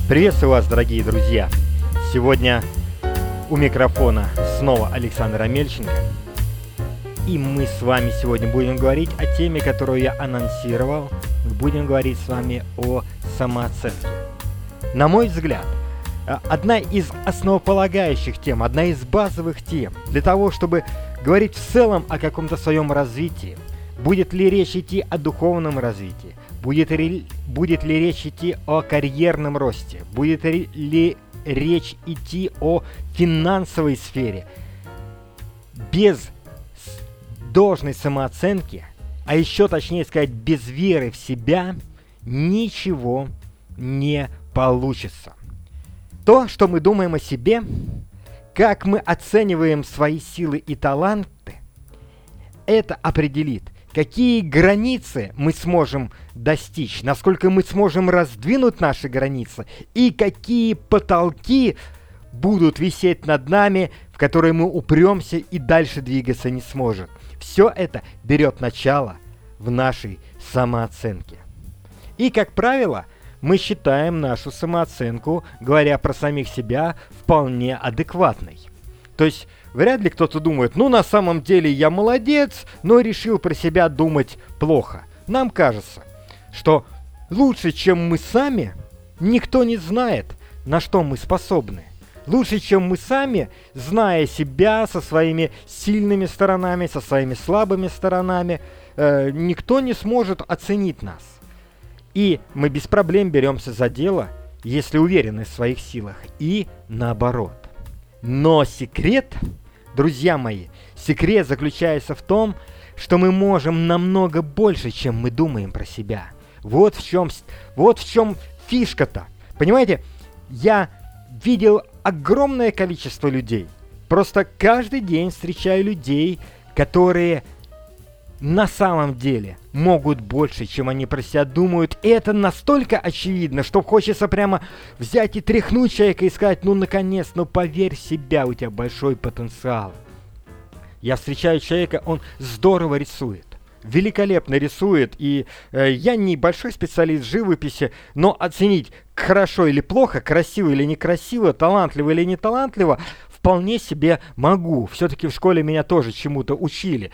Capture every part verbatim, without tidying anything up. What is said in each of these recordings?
Приветствую вас, дорогие друзья! Сегодня у микрофона снова Александр Амельченко. И мы с вами сегодня будем говорить о теме, которую я анонсировал. Будем говорить с вами о самооценке. На мой взгляд, одна из основополагающих тем, одна из базовых тем для того, чтобы говорить в целом о каком-то своем развитии. Будет ли речь идти о духовном развитии? Будет ли, будет ли речь идти о карьерном росте? Будет ли речь идти о финансовой сфере? Без должной самооценки, а еще точнее сказать, без веры в себя, ничего не получится. То, что мы думаем о себе, как мы оцениваем свои силы и таланты, это определит, какие границы мы сможем достичь, насколько мы сможем раздвинуть наши границы и какие потолки будут висеть над нами, в которые мы упремся и дальше двигаться не сможем. Все это берет начало в нашей самооценке. И, как правило, мы считаем нашу самооценку, говоря про самих себя, вполне адекватной. То есть вряд ли кто-то думает, ну на самом деле я молодец, но решил про себя думать плохо. Нам кажется, что лучше, чем мы сами, никто не знает, на что мы способны. Лучше, чем мы сами, зная себя со своими сильными сторонами, со своими слабыми сторонами, э, никто не сможет оценить нас. И мы без проблем беремся за дело, если уверены в своих силах, и наоборот. Но секрет, друзья мои, секрет заключается в том, что мы можем намного больше, чем мы думаем про себя. Вот в чем, вот в чем фишка-то. Понимаете, я видел огромное количество людей. Просто каждый день встречаю людей, которые на самом деле могут больше, чем они про себя думают. И это настолько очевидно, что хочется прямо взять и тряхнуть человека и сказать, ну наконец, ну поверь в себя, у тебя большой потенциал. Я встречаю человека, он здорово рисует. Великолепно рисует, и э, я не большой специалист в живописи, но оценить хорошо или плохо, красиво или некрасиво, талантливо или неталантливо вполне себе могу. Все-таки в школе меня тоже чему-то учили.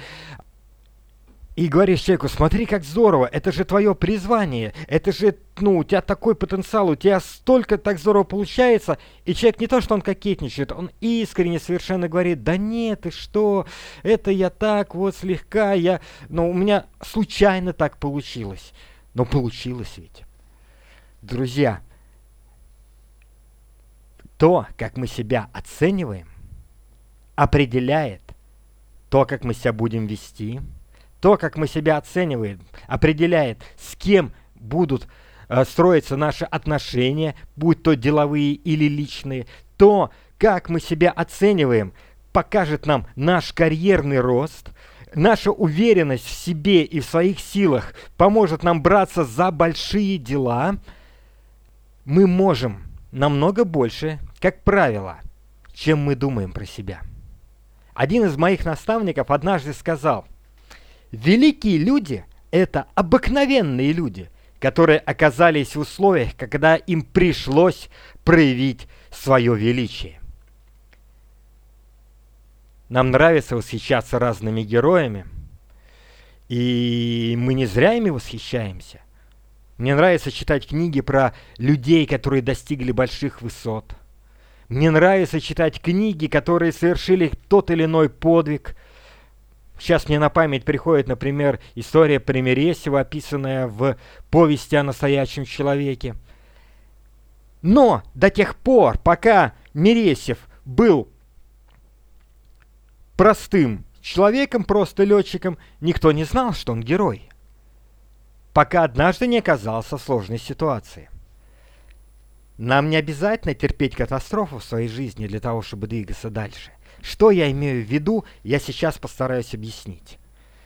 И говоришь человеку, смотри, как здорово, это же твое призвание, это же, ну, у тебя такой потенциал, у тебя столько так здорово получается. И человек не то, что он кокетничает, он искренне совершенно говорит, да нет, ты что, это я так вот слегка, я, ну, у меня случайно так получилось. Но получилось ведь. Друзья, то, как мы себя оцениваем, определяет то, как мы себя будем вести. То, как мы себя оцениваем, определяет, с кем будут э, строиться наши отношения, будь то деловые или личные. То, как мы себя оцениваем, покажет нам наш карьерный рост. Наша уверенность в себе и в своих силах поможет нам браться за большие дела. Мы можем намного больше, как правило, чем мы думаем про себя. Один из моих наставников однажды сказал, великие люди – это обыкновенные люди, которые оказались в условиях, когда им пришлось проявить свое величие. Нам нравится восхищаться разными героями, и мы не зря ими восхищаемся. Мне нравится читать книги про людей, которые достигли больших высот. Мне нравится читать книги, которые совершили тот или иной подвиг. Сейчас мне на память приходит, например, история Примересева, описанная в повести о настоящем человеке. Но до тех пор, пока Мересев был простым человеком, просто летчиком, никто не знал, что он герой. Пока однажды не оказался в сложной ситуации. Нам не обязательно терпеть катастрофу в своей жизни для того, чтобы двигаться дальше. Что я имею в виду, я сейчас постараюсь объяснить.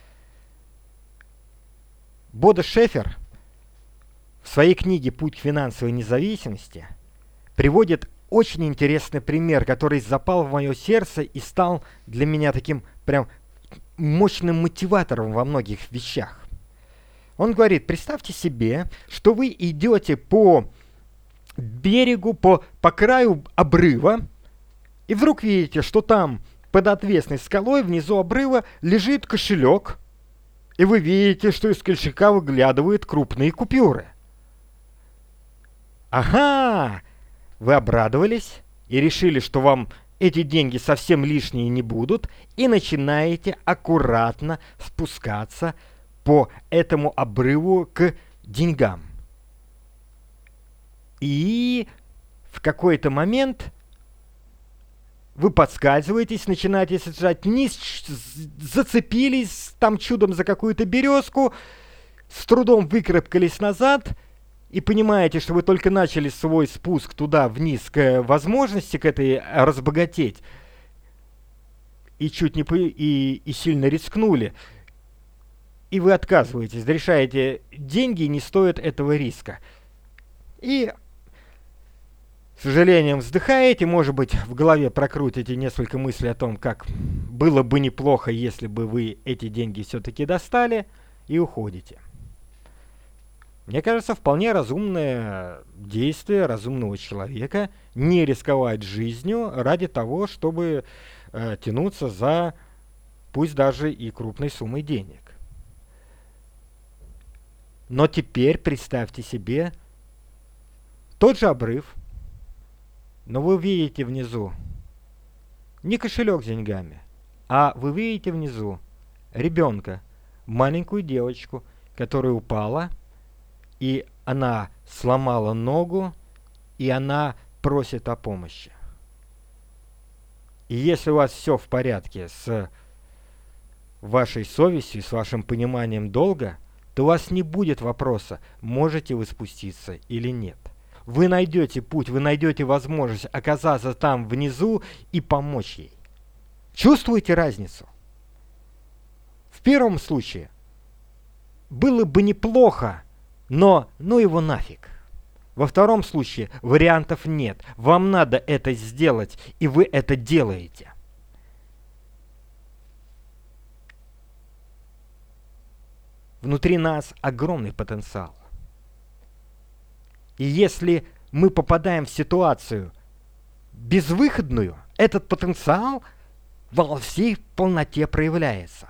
Бодо Шефер в своей книге «Путь к финансовой независимости» приводит очень интересный пример, который запал в мое сердце и стал для меня таким прям мощным мотиватором во многих вещах. Он говорит, представьте себе, что вы идете по берегу, по, по краю обрыва, и вдруг видите, что там под отвесной скалой внизу обрыва лежит кошелек, и вы видите, что из кошелька выглядывают крупные купюры. Ага! Вы обрадовались и решили, что вам эти деньги совсем лишние не будут, и начинаете аккуратно спускаться по этому обрыву к деньгам. И в какой-то момент вы подскальзываетесь, начинаете сажать вниз, зацепились там чудом за какую-то березку, с трудом выкарабкались назад и понимаете, что вы только начали свой спуск туда вниз к возможности к этой разбогатеть и чуть не по, и, и сильно рискнули. И вы отказываетесь, решаете, деньги не стоят этого риска. И с сожалением вздыхаете, может быть, в голове прокрутите несколько мыслей о том, как было бы неплохо, если бы вы эти деньги все-таки достали, и уходите. Мне кажется, вполне разумное действие разумного человека не рисковать жизнью ради того, чтобы э, тянуться за, пусть даже и крупной суммой денег. Но теперь представьте себе тот же обрыв, но вы видите внизу не кошелек с деньгами, а вы видите внизу ребенка, маленькую девочку, которая упала, и она сломала ногу, и она просит о помощи. И если у вас все в порядке с вашей совестью, с вашим пониманием долга, то у вас не будет вопроса, можете вы спуститься или нет. Вы найдете путь, вы найдете возможность оказаться там внизу и помочь ей. Чувствуете разницу? В первом случае было бы неплохо, но ну его нафиг. Во втором случае вариантов нет. Вам надо это сделать, и вы это делаете. Внутри нас огромный потенциал. И если мы попадаем в ситуацию безвыходную, этот потенциал во всей полноте проявляется.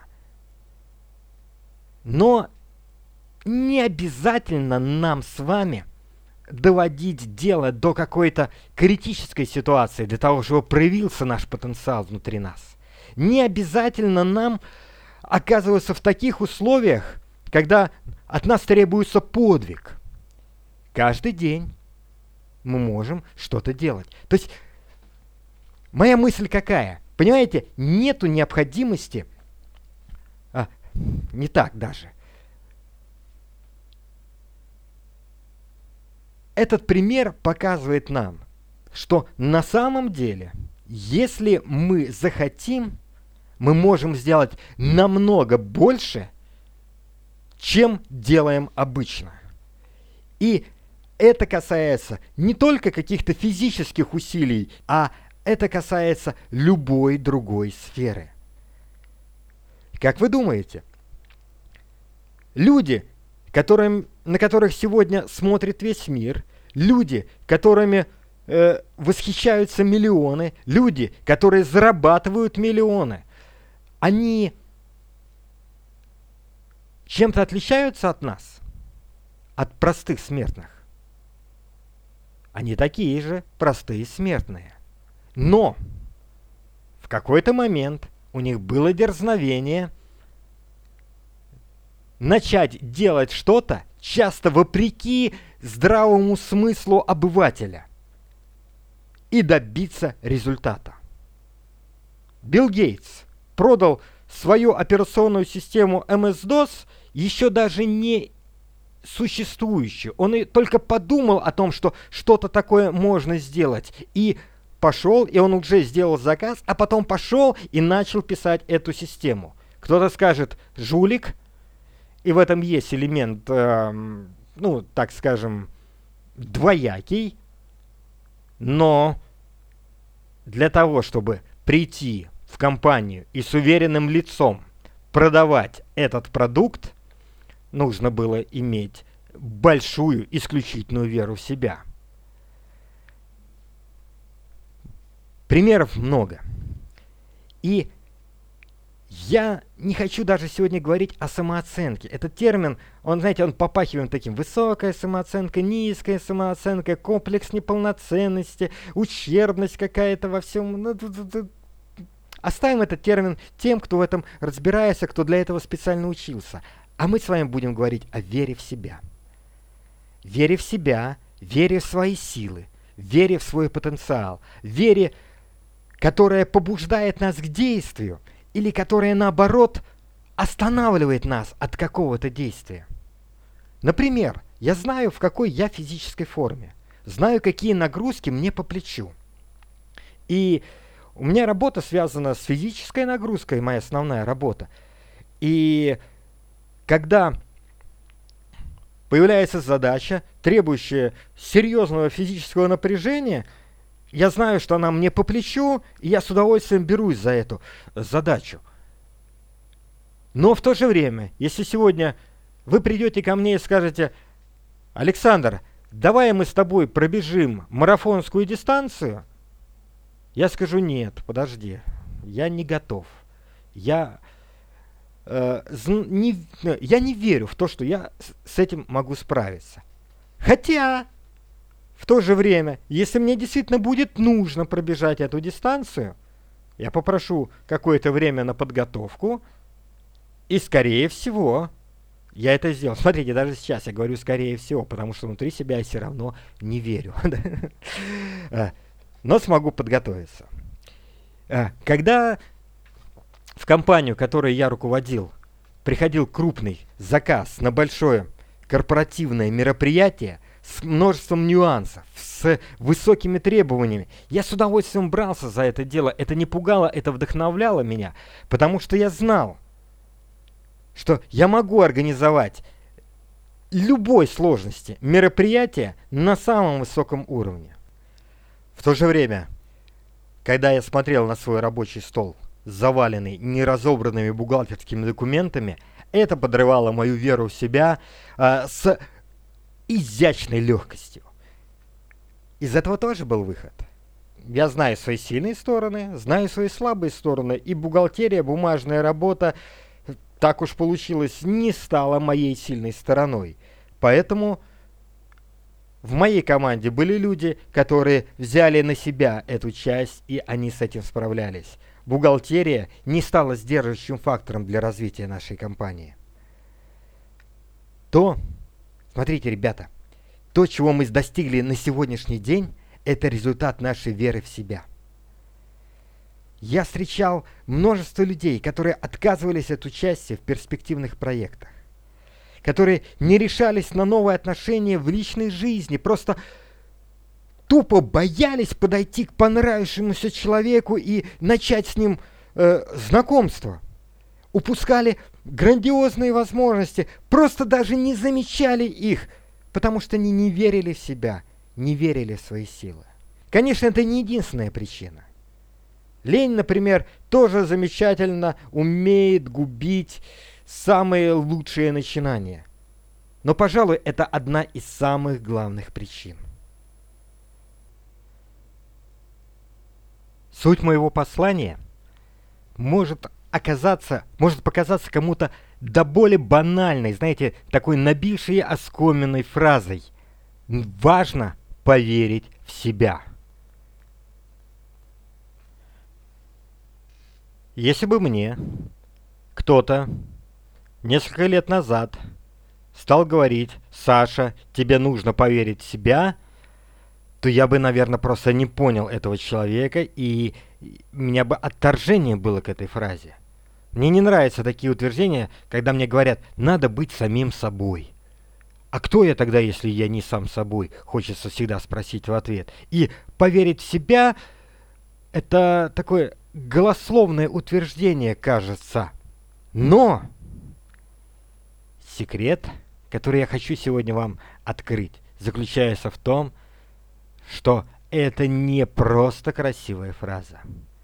Но не обязательно нам с вами доводить дело до какой-то критической ситуации для того, чтобы проявился наш потенциал внутри нас. Не обязательно нам оказываться в таких условиях, когда от нас требуется подвиг. Каждый день мы можем что-то делать. То есть моя мысль какая? Понимаете, нету необходимости, а, не так даже. Этот пример показывает нам, что на самом деле, если мы захотим, мы можем сделать намного больше, чем делаем обычно. И это касается не только каких-то физических усилий, а это касается любой другой сферы. Как вы думаете, люди, которым, на которых сегодня смотрит весь мир, люди, которыми э, восхищаются миллионы, люди, которые зарабатывают миллионы, они чем-то отличаются от нас, от простых смертных? Они такие же простые смертные. Но в какой-то момент у них было дерзновение начать делать что-то, часто вопреки здравому смыслу обывателя, и добиться результата. Билл Гейтс продал свою операционную систему эм эс дос еще даже не существующую. Он и только подумал о том, что что-то такое можно сделать, и пошел, и он уже сделал заказ, а потом пошел и начал писать эту систему. Кто-то скажет «жулик», и в этом есть элемент, э, ну, так скажем, двоякий, но для того, чтобы прийти в компанию и с уверенным лицом продавать этот продукт, нужно было иметь большую исключительную веру в себя. Примеров много. И я не хочу даже сегодня говорить о самооценке. Этот термин, он, знаете, он попахивает таким: высокая самооценка, низкая самооценка, комплекс неполноценности, ущербность какая-то во всем. Оставим этот термин тем, кто в этом разбирается, кто для этого специально учился. А мы с вами будем говорить о вере в себя. Вере в себя, вере в свои силы, вере в свой потенциал, вере, которая побуждает нас к действию, или которая, наоборот, останавливает нас от какого-то действия. Например, я знаю, в какой я физической форме, знаю, какие нагрузки мне по плечу. И у меня работа связана с физической нагрузкой, моя основная работа. И когда появляется задача, требующая серьезного физического напряжения, я знаю, что она мне по плечу, и я с удовольствием берусь за эту задачу. Но в то же время, если сегодня вы придете ко мне и скажете: Александр, давай мы с тобой пробежим марафонскую дистанцию, я скажу: нет, подожди, я не готов. Я, э, не, я не верю в то, что я с, с этим могу справиться. Хотя в то же время, если мне действительно будет нужно пробежать эту дистанцию, я попрошу какое-то время на подготовку, и, скорее всего, я это сделаю. Смотрите, даже сейчас я говорю «скорее всего», потому что внутри себя я все равно не верю. Но смогу подготовиться. Когда в компанию, которой я руководил, приходил крупный заказ на большое корпоративное мероприятие, с множеством нюансов, с высокими требованиями, я с удовольствием брался за это дело. Это не пугало, это вдохновляло меня, потому что я знал, что я могу организовать любой сложности мероприятие на самом высоком уровне. В то же время, когда я смотрел на свой рабочий стол, заваленный неразобранными бухгалтерскими документами, это подрывало мою веру в себя э, с изящной легкостью. Из этого тоже был выход. Я знаю свои сильные стороны, знаю свои слабые стороны, и бухгалтерия, бумажная работа, так уж получилось, не стала моей сильной стороной. Поэтому в моей команде были люди, которые взяли на себя эту часть, и они с этим справлялись. Бухгалтерия не стала сдерживающим фактором для развития нашей компании. То, смотрите, ребята, то, чего мы достигли на сегодняшний день, это результат нашей веры в себя. Я встречал множество людей, которые отказывались от участия в перспективных проектах, которые не решались на новые отношения в личной жизни, просто тупо боялись подойти к понравившемуся человеку и начать с ним э, знакомство. Упускали грандиозные возможности, просто даже не замечали их, потому что они не верили в себя, не верили в свои силы. Конечно, это не единственная причина. Лень, например, тоже замечательно умеет губить самые лучшие начинания. Но, пожалуй, это одна из самых главных причин. Суть моего послания может оказаться, может показаться кому-то до боли банальной, знаете, такой набившей оскоменной фразой. Важно поверить в себя. Если бы мне кто-то несколько лет назад стал говорить: Саша, тебе нужно поверить в себя, то я бы, наверное, просто не понял этого человека, и у меня бы отторжение было к этой фразе. Мне не нравятся такие утверждения, когда мне говорят: надо быть самим собой. А кто я тогда, если я не сам собой? Хочется всегда спросить в ответ. И поверить в себя — это такое голословное утверждение, кажется. Но секрет, который я хочу сегодня вам открыть, заключается в том, что это не просто красивая фраза.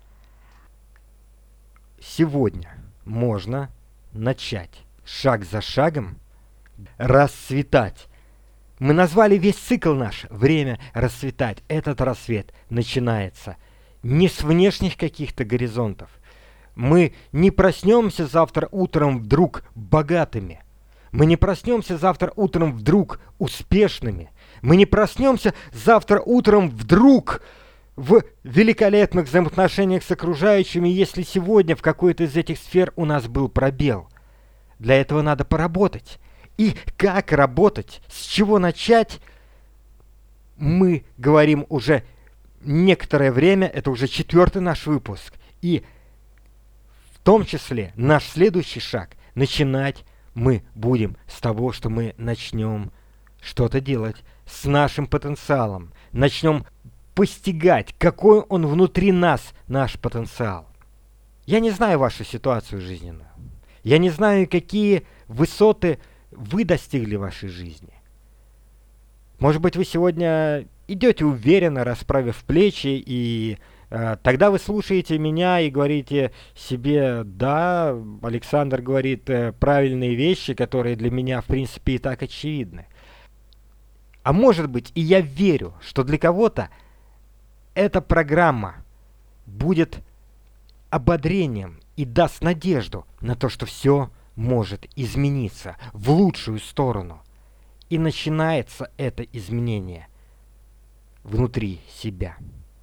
Сегодня можно начать шаг за шагом расцветать. Мы назвали весь цикл наш «Время расцветать». Этот рассвет начинается не с внешних каких-то горизонтов. Мы не проснемся завтра утром вдруг богатыми. Мы не проснемся завтра утром вдруг успешными. Мы не проснемся завтра утром вдруг в великолепных взаимоотношениях с окружающими, если сегодня в какой-то из этих сфер у нас был пробел. Для этого надо поработать. И как работать, с чего начать, мы говорим уже некоторое время, это уже четвертый наш выпуск. И в том числе наш следующий шаг – начинать мы будем с того, что мы начнем что-то делать с нашим потенциалом. Начнем постигать, какой он внутри нас, наш потенциал. Я не знаю вашу ситуацию жизненную. Я не знаю, какие высоты вы достигли в вашей жизни. Может быть, вы сегодня идете уверенно, расправив плечи, и э, тогда вы слушаете меня и говорите себе: да, Александр говорит э, правильные вещи, которые для меня, в принципе, и так очевидны. А может быть, и я верю, что для кого-то эта программа будет ободрением и даст надежду на то, что все может измениться в лучшую сторону. И начинается это изменение внутри себя.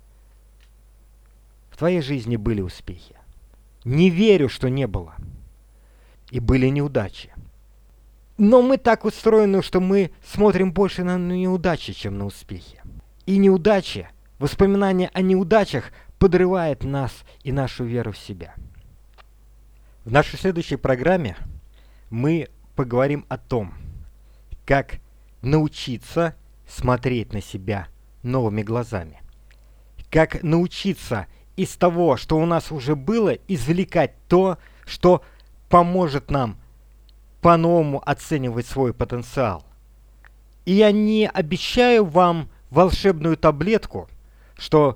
В твоей жизни были успехи. Не верю, что не было. И были неудачи. Но мы так устроены, что мы смотрим больше на неудачи, чем на успехи. И неудачи, воспоминания о неудачах подрывает нас и нашу веру в себя. В нашей следующей программе мы поговорим о том, как научиться смотреть на себя новыми глазами. Как научиться из того, что у нас уже было, извлекать то, что поможет нам по-новому оценивать свой потенциал. И я не обещаю вам волшебную таблетку, что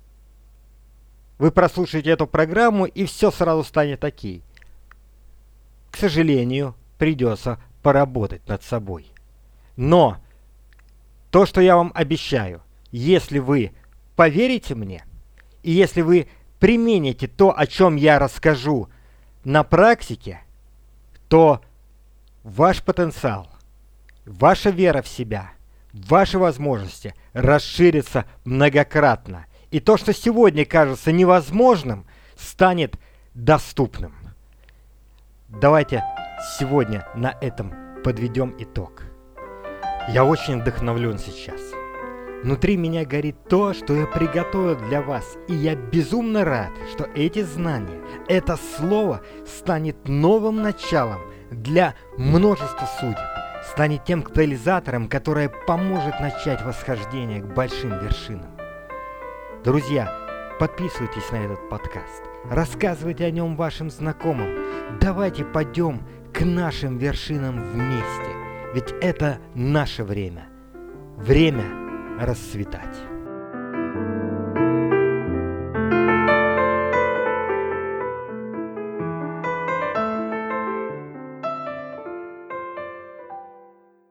вы прослушаете эту программу и все сразу станет окей. К сожалению, придется поработать над собой. Но то, что я вам обещаю, если вы поверите мне, и если вы примените то, о чем я расскажу на практике, то ваш потенциал, ваша вера в себя, ваши возможности расширятся многократно. И то, что сегодня кажется невозможным, станет доступным. Давайте сегодня на этом подведем итог. Я очень вдохновлен сейчас. Внутри меня горит то, что я приготовил для вас, и я безумно рад, что эти знания, это слово станет новым началом для множества судеб, станет тем катализатором, который поможет начать восхождение к большим вершинам. Друзья, подписывайтесь на этот подкаст, рассказывайте о нем вашим знакомым, давайте пойдем к нашим вершинам вместе, ведь это наше время, время расцветать.